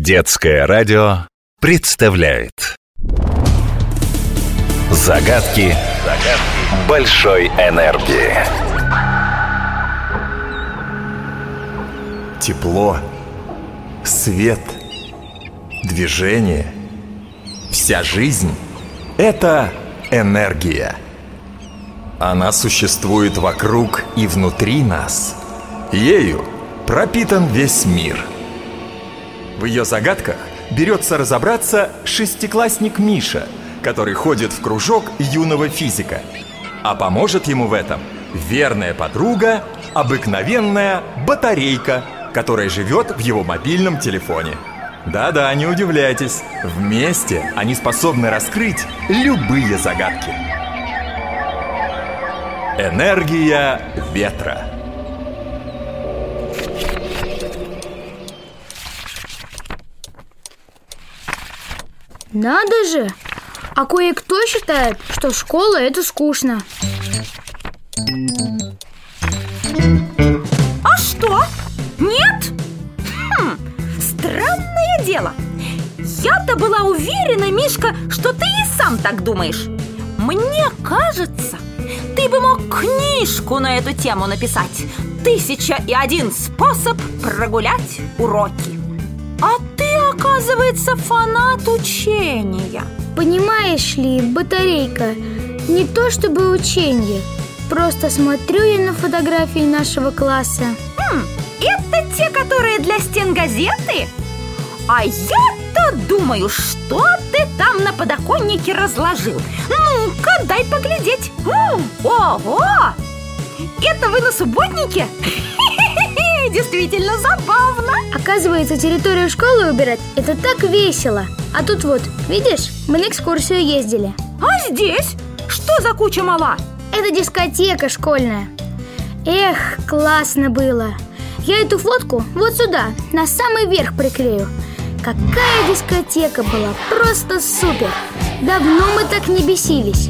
Детское радио представляет Загадки большой энергии. Тепло, свет, движение. Вся жизнь – это энергия. Она существует вокруг и внутри нас. Ею пропитан весь мир. В ее загадках берется разобраться шестиклассник Миша, который ходит в кружок юного физика. А поможет ему в этом верная подруга, обыкновенная батарейка, которая живет в его мобильном телефоне. Да-да, не удивляйтесь, вместе они способны раскрыть любые загадки. Энергия ветра. Надо же! А кое-кто считает, что школа – это скучно. А что? Нет? Странное дело. Я-то была уверена, Мишка, что ты и сам так думаешь. Мне кажется, ты бы мог книжку на эту тему написать. 1001 способ прогулять уроки. А ты, оказывается, фанат учения. Понимаешь ли, батарейка, не то чтобы учение. Просто смотрю я на фотографии нашего класса. Это те, которые для стен газеты? А я-то думаю, что ты там на подоконнике разложил. Ну-ка, дай поглядеть. Ого! Это вы на субботнике? Действительно забавно. Оказывается, территорию школы убирать – это так весело. А тут вот, видишь, мы на экскурсию ездили. А здесь? Что за куча мала? Это дискотека школьная. Эх, классно было. Я эту фотку вот сюда, на самый верх приклею. Какая дискотека была, просто супер. Давно мы так не бесились.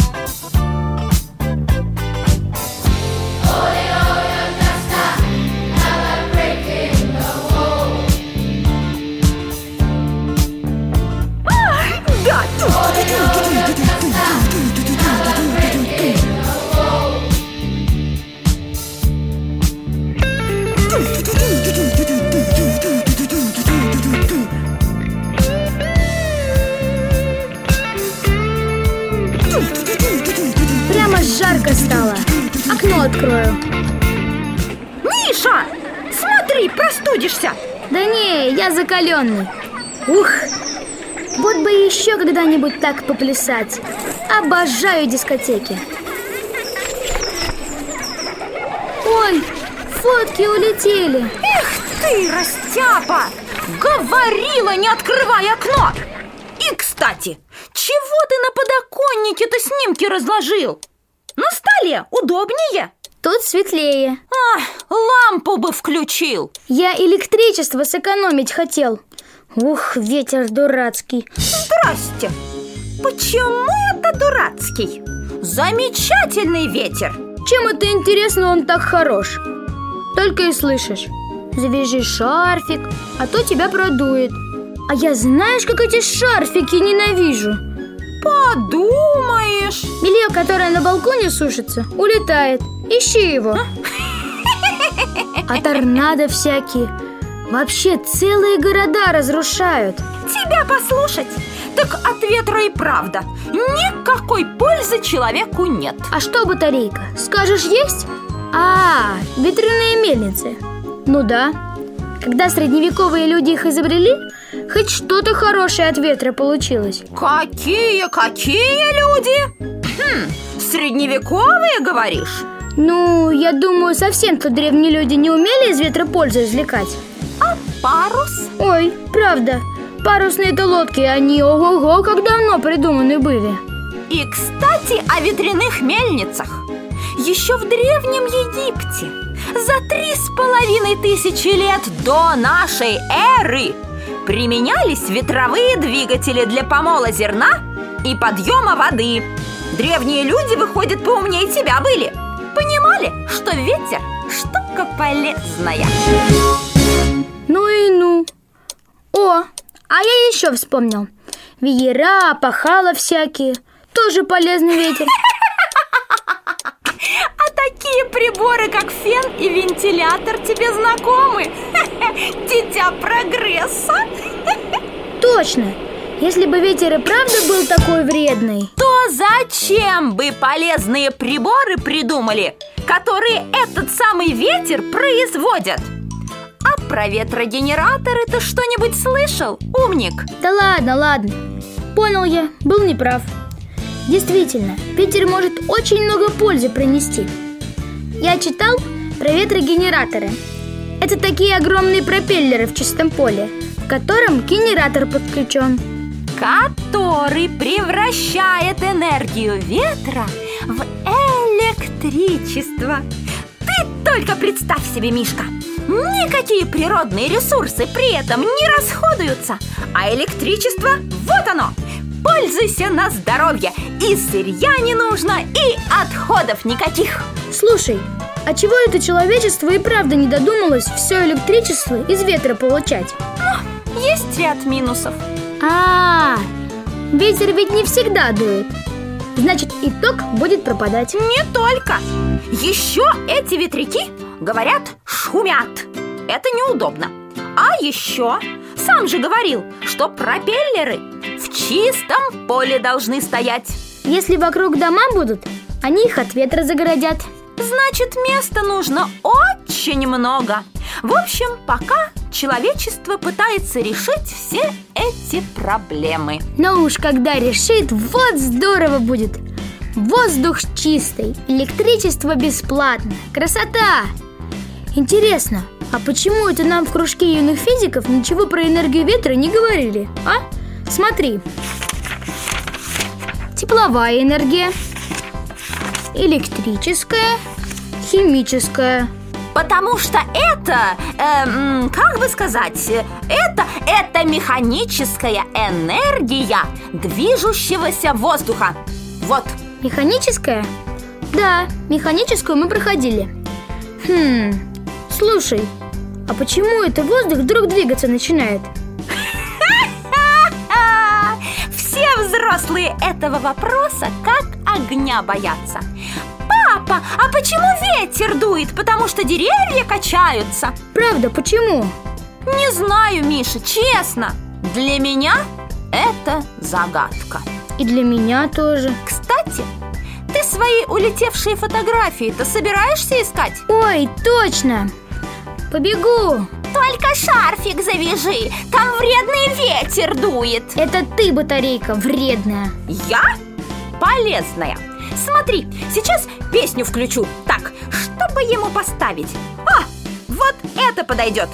Прямо жарко стало. Окно открою. Миша, смотри, простудишься. Да не, я закаленный. Ух, вот бы еще когда-нибудь так поплясать. Обожаю дискотеки. Ой, фотки улетели. Эх ты, растяпа! Говорила, не открывай окно. И, кстати, чего ты на подоконнике-то снимки разложил? На столе удобнее. Тут светлее. Лампу бы включил. Я электричество сэкономить хотел. Ух, ветер дурацкий. Здрасте. Почему это дурацкий? Замечательный ветер. Чем это интересно, он так хорош? Только и слышишь: завяжи шарфик, а то тебя продует. А я знаешь, как эти шарфики ненавижу. Подумаешь. Белье, которое на балконе сушится, улетает. Ищи его. А торнадо всякие вообще целые города разрушают. Тебя послушать, так от ветра и правда никакой пользы человеку нет. А что батарейка? Скажешь, есть? Ветряные мельницы. Ну да. Когда средневековые люди их изобрели, хоть что-то хорошее от ветра получилось. Какие люди? Средневековые, говоришь? Ну, я думаю, совсем-то древние люди не умели из ветра пользу извлекать. А парус? Ой, правда. Парусные-то лодки, они ого-го, как давно придуманы были. И, кстати, о ветряных мельницах. Еще в Древнем Египте за 3500 лет до нашей эры применялись ветровые двигатели для помола зерна и подъема воды. Древние люди, выходит, поумнее тебя были. Понимали, что ветер – штука полезная. Ну и ну. О, А я еще вспомнил. Веера, пахала всякие. Тоже полезный ветер. А такие приборы, как фен и вентилятор, тебе знакомы? Дитя прогресса. Точно. Если бы ветер и правда был такой вредный, то зачем бы полезные приборы придумали, которые этот самый ветер производят? А про ветрогенераторы ты что-нибудь слышал, умник? Да ладно. Понял я, был неправ. Действительно, ветер может очень много пользы принести. Я читал про ветрогенераторы. Это такие огромные пропеллеры в чистом поле, к которым генератор подключен, который превращает энергию ветра в электричество. Ты только представь себе, Мишка, никакие природные ресурсы при этом не расходуются, а электричество, вот оно, пользуйся на здоровье. И сырья не нужно, и отходов никаких. Слушай, а чего это человечество и правда не додумалось все электричество из ветра получать? Ну, есть ряд минусов. Ветер ведь не всегда дует. Значит, и ток будет пропадать. Не только. Еще эти ветряки, говорят, шумят. Это неудобно. А еще, сам же говорил, что пропеллеры в чистом поле должны стоять. Если вокруг дома будут, они их от ветра загородят. Значит, места нужно очень много. В общем, пока человечество пытается решить все эти проблемы. Но уж когда решит, вот здорово будет. Воздух чистый, электричество бесплатно. Красота! Интересно, а почему это нам в кружке юных физиков ничего про энергию ветра не говорили, а? Смотри. Тепловая энергия, электрическая, химическая. Потому что это, как бы сказать, это механическая энергия движущегося воздуха. Вот. Механическая? Да, механическую мы проходили. Слушай, а почему это воздух вдруг двигаться начинает? Все взрослые этого вопроса как огня боятся. Папа, а почему ветер дует? Потому что деревья качаются. Правда, почему? Не знаю, Миша, честно. Для меня это загадка. И для меня тоже. Кстати, ты свои улетевшие фотографии-то собираешься искать? Ой, точно! Побегу! Только шарфик завяжи, там вредный ветер дует. Это ты, батарейка, вредная. Я? Полезная. Смотри, сейчас песню включу. Так, чтобы ему поставить? Вот это подойдет.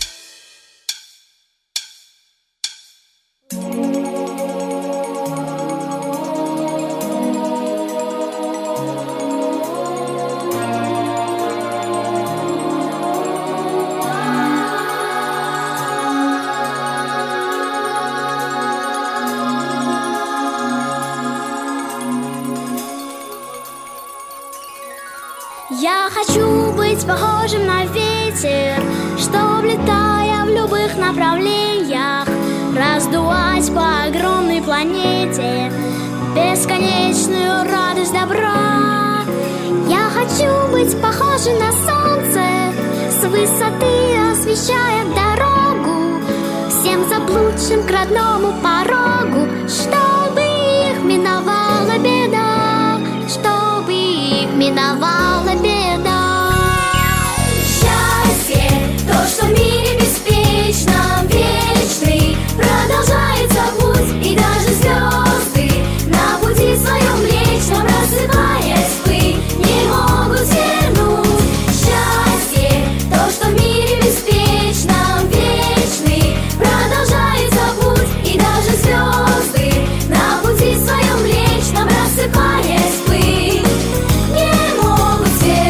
Я хочу быть похожим на ветер, чтоб, летая в любых направлениях, раздувать по огромной планете бесконечную радость добра. Я хочу быть похожим на солнце, с высоты освещая дорогу всем заблудшим к родному порогу, чтобы их миновала беда, чтобы их миновала беда. Счастье, то, что в мире беспечно, вечный, продолжается путь, и даже звезды на пути своем млечном, рассыпаясь в пыль, не могут свернуть. Счастье, то, что в мире беспечно, вечный, продолжается путь, и даже звезды на пути своем млечном, рассыпаясь в пыль, не могут свернуть.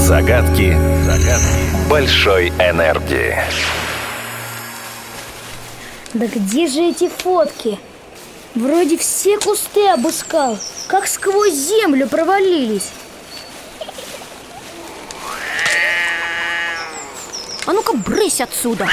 Загадки большой энергии. Да где же эти фотки? Вроде все кусты обыскал, как сквозь землю провалились. А ну-ка, брысь отсюда!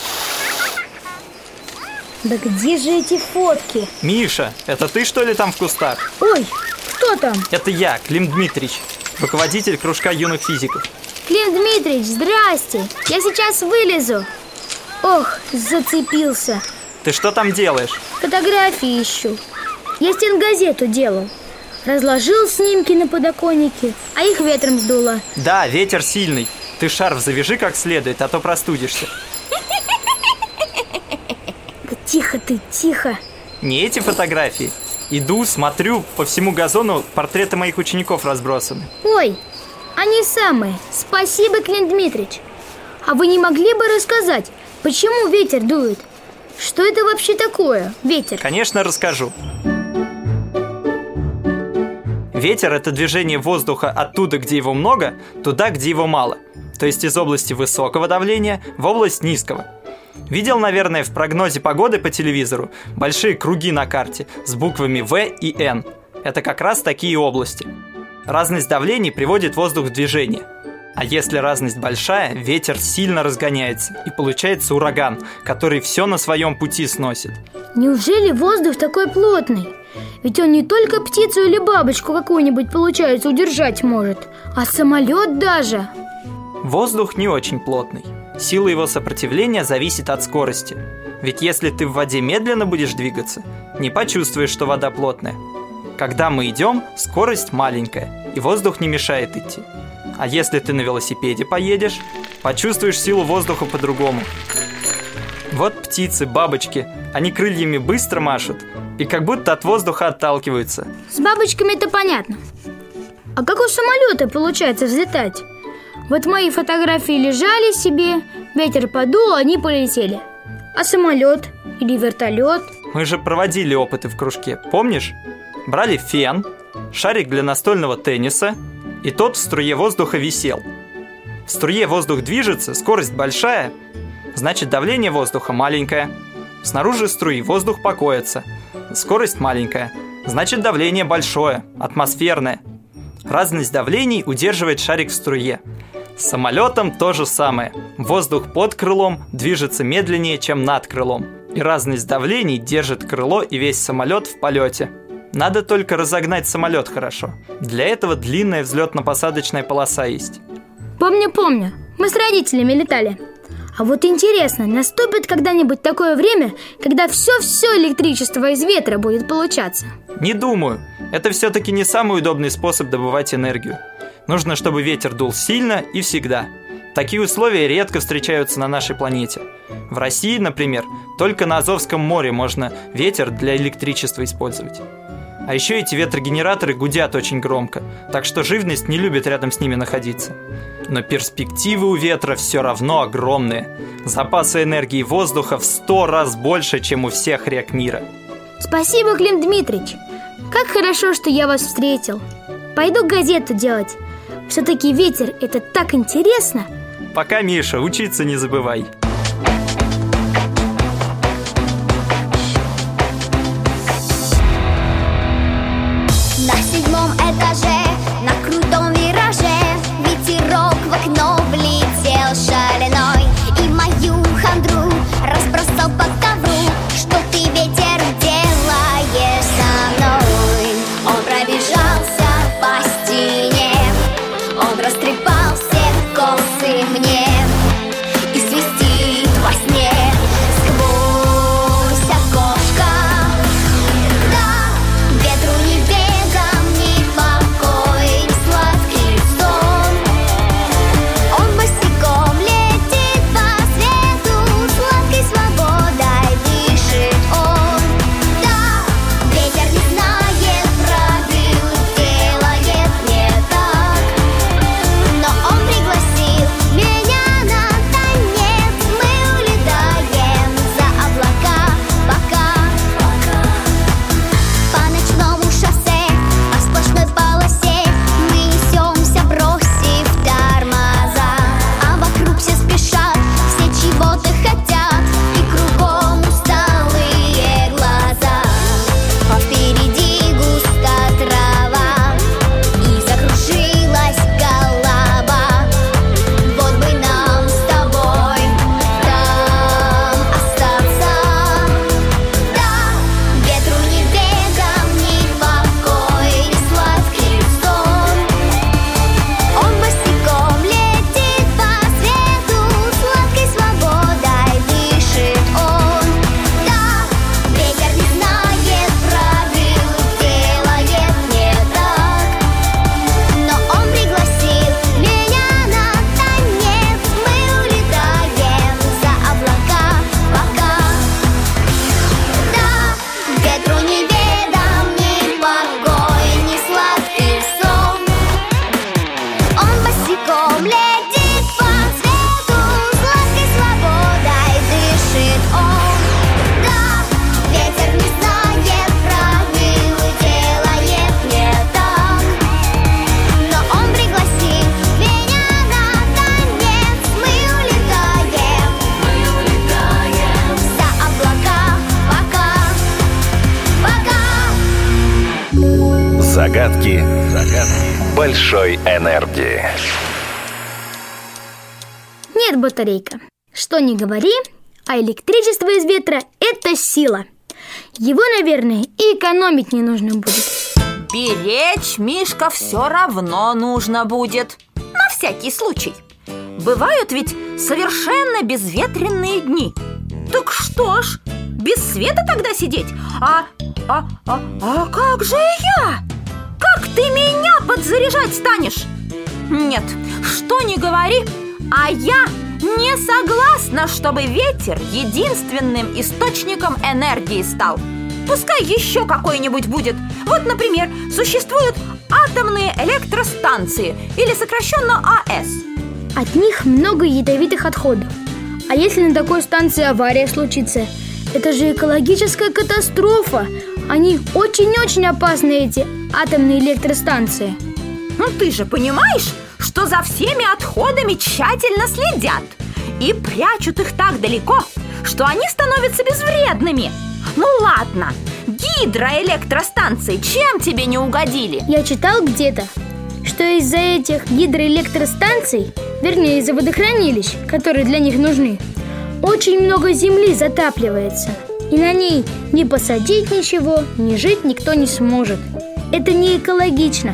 Да где же эти фотки? Миша, это ты, что ли, там в кустах? Ой, кто там? Это я, Клим Дмитриевич, руководитель кружка юных физиков. Клим Дмитриевич, здрасте. Я сейчас вылезу. Ох, зацепился. Ты что там делаешь? Фотографии ищу. Я стенгазету делал. Разложил снимки на подоконнике, а их ветром сдуло. Да, ветер сильный. Ты шарф завяжи как следует, а то простудишься. Да тихо ты, тихо. Не эти фотографии. Иду, смотрю, по всему газону портреты моих учеников разбросаны. Ой, они самые. Спасибо, Клим Дмитриевич. А вы не могли бы рассказать, почему ветер дует? Что это вообще такое, ветер? Конечно, расскажу. Ветер – это движение воздуха оттуда, где его много, туда, где его мало. То есть из области высокого давления в область низкого. Видел, наверное, в прогнозе погоды по телевизору большие круги на карте с буквами В и Н. Это как раз такие области. Разность давлений приводит воздух в движение. А если разность большая, ветер сильно разгоняется, и получается ураган, который все на своем пути сносит. Неужели воздух такой плотный? Ведь он не только птицу или бабочку какую-нибудь, получается, удержать может, а самолет даже. Воздух не очень плотный. Сила его сопротивления зависит от скорости. Ведь если ты в воде медленно будешь двигаться, не почувствуешь, что вода плотная. Когда мы идем, скорость маленькая, и воздух не мешает идти. А если ты на велосипеде поедешь, почувствуешь силу воздуха по-другому. Вот птицы, бабочки, они крыльями быстро машут и как будто от воздуха отталкиваются. С бабочками это понятно. А как у самолета получается взлетать? Вот мои фотографии лежали себе, ветер подул, они полетели. А самолет или вертолет? Мы же проводили опыты в кружке, помнишь? Брали фен, шарик для настольного тенниса, и тот в струе воздуха висел. В струе воздух движется, скорость большая, значит давление воздуха маленькое. Снаружи струи воздух покоится, скорость маленькая, значит давление большое, атмосферное. Разность давлений удерживает шарик в струе. С самолетом то же самое. Воздух под крылом движется медленнее, чем над крылом. И разность давлений держит крыло и весь самолет в полете. Надо только разогнать самолет хорошо. Для этого длинная взлетно-посадочная полоса есть. Помню. Мы с родителями летали. А вот интересно, наступит когда-нибудь такое время, когда все электричество из ветра будет получаться? Не думаю. Это все-таки не самый удобный способ добывать энергию. Нужно, чтобы ветер дул сильно и всегда. Такие условия редко встречаются на нашей планете. В России, например, только на Азовском море можно ветер для электричества использовать. А еще эти ветрогенераторы гудят очень громко, так что живность не любит рядом с ними находиться. Но перспективы у ветра все равно огромные. Запасы энергии воздуха в 100 раз больше, чем у всех рек мира. Спасибо, Клим Дмитриевич. Как хорошо, что я вас встретил. Пойду газету делать. Все-таки ветер – это так интересно. Пока, Миша, учиться не забывай. На 7-м этаже, на крутом вираже, ветерок в окно влетел шаленой и мою хандру разбросал по ковру. Что ты, ветер, делаешь со мной? Он пробежался по стене, он растрепал все косы мне и свистит во сне сквозь окошко. Да, ветру не бегом, ни покой, ни сладкий сон. Он босиком летит по свету, сладкой свободой дышит он. Да, ветер не знает правил, делает не так, но Загадки большой энергии. Нет, батарейка, что ни говори, а электричество из ветра – это сила. Его, наверное, и экономить не нужно будет. Беречь, Мишка, все равно нужно будет. На всякий случай. Бывают ведь совершенно безветренные дни. Так что ж, без света тогда сидеть? А как же я? Как ты меня подзаряжать станешь? Нет, что ни говори, а я не согласна, чтобы ветер единственным источником энергии стал. Пускай еще какой-нибудь будет. Вот, например, существуют атомные электростанции, или сокращенно АЭС. От них много ядовитых отходов. А если на такой станции авария случится, это же экологическая катастрофа. Они очень-очень опасны, эти атомные электростанции. Ну ты же понимаешь, что за всеми отходами тщательно следят и прячут их так далеко, что они становятся безвредными. Ну ладно, гидроэлектростанции чем тебе не угодили? Я читал где-то, что из-за этих гидроэлектростанций, вернее, из-за водохранилищ, которые для них нужны, очень много земли затапливается. И на ней ни посадить ничего, ни жить никто не сможет. Это не экологично.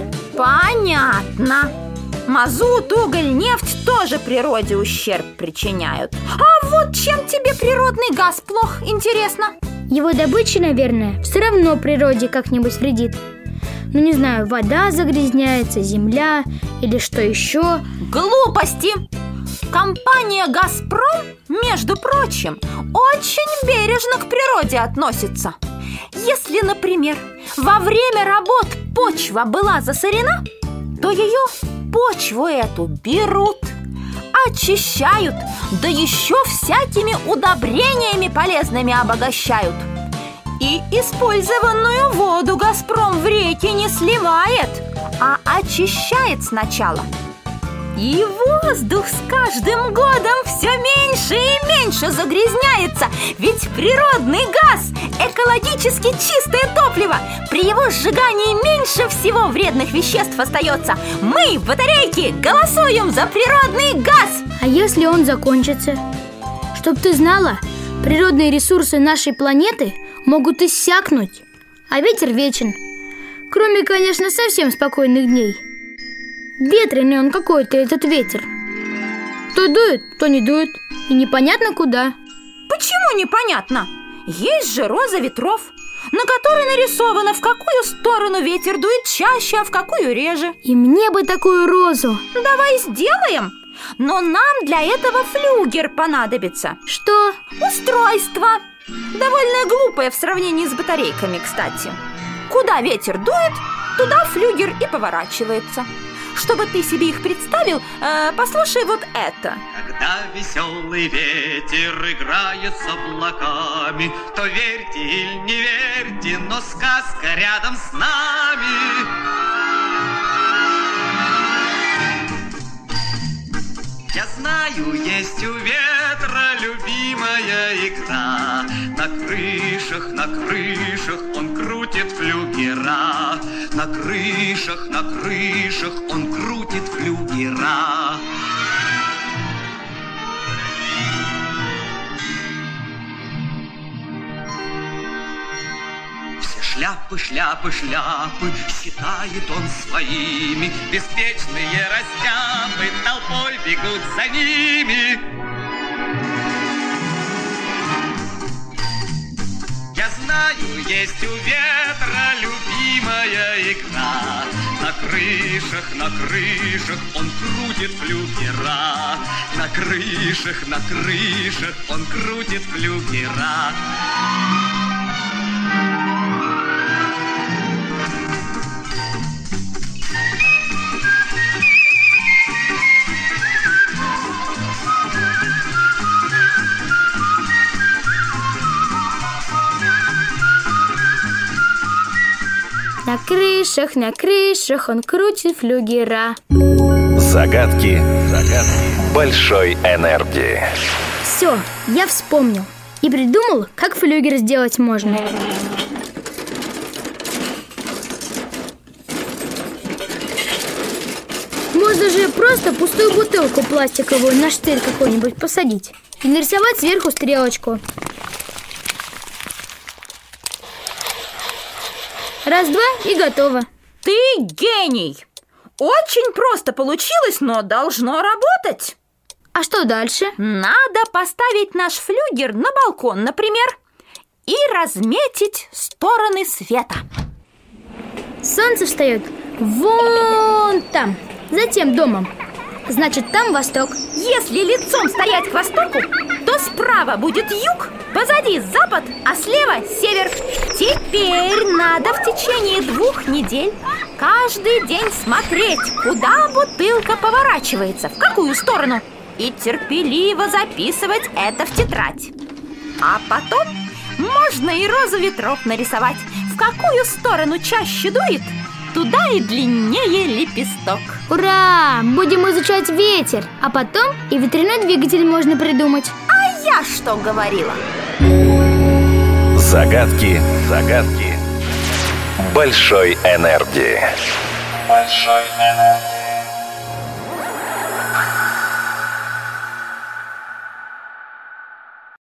Понятно. Мазут, уголь, нефть тоже природе ущерб причиняют. А вот чем тебе природный газ плох, интересно? Его добыча, наверное, все равно природе как-нибудь вредит. Ну, не знаю, вода загрязняется, земля или что еще. Глупости! Компания «Газпром», между прочим, очень бережно к природе относится. Если, например, во время работ почва была засорена, то ее почву эту берут, очищают, да еще всякими удобрениями полезными обогащают. И использованную воду «Газпром» в реки не сливает, а очищает сначала. И воздух с каждым годом все меньше и меньше загрязняется. Ведь природный газ – экологически чистое топливо. При его сжигании меньше всего вредных веществ остается. Мы, батарейки, голосуем за природный газ. А если он закончится? Чтоб ты знала, природные ресурсы нашей планеты могут иссякнуть, а ветер вечен. Кроме, конечно, совсем спокойных дней. Ветреный он какой-то, этот ветер. То дует, то не дует, и непонятно куда. Почему непонятно? Есть же роза ветров, на которой нарисовано, в какую сторону ветер дует чаще, а в какую реже. И мне бы такую розу. Давай сделаем. Но нам для этого флюгер понадобится. Что? Устройство. Довольно глупое в сравнении с батарейками, кстати. Куда ветер дует, туда флюгер и поворачивается. Чтобы ты себе их представил, послушай вот это. Когда веселый ветер играет с облаками, то верьте или не верьте, но сказка рядом с нами. Я знаю, есть у ветра любимая игра. На крышах он крутит флюгера. На крышах он крутит флюгера. Шляпы считает он своими. Беспечные растяпы толпой бегут за ними. Я знаю, есть у ветра любимая игра. На крышах он крутит флюгера. На крышах он крутит флюгера. На крышах он крутит флюгера. Загадки большой энергии. Все, я вспомнил и придумал, как флюгер сделать можно. просто пустую бутылку пластиковую на штырь какой-нибудь посадить и нарисовать сверху стрелочку. Раз-два и готово. Ты гений! Очень просто получилось, но должно работать. А что дальше? Надо поставить наш флюгер на балкон, например, и разметить стороны света. Солнце встает вон там, за тем домом. Значит, там восток. Если лицом стоять к востоку, то справа будет юг, позади запад, а слева север. Теперь надо в течение 2 недель каждый день смотреть, куда бутылка поворачивается, в какую сторону, и терпеливо записывать это в тетрадь. А потом можно и розу ветров нарисовать. В какую сторону чаще дует, туда и длиннее лепесток. Ура! Будем изучать ветер, а потом и ветряной двигатель можно придумать. А я что говорила? Загадки большой энергии. Большой энергии.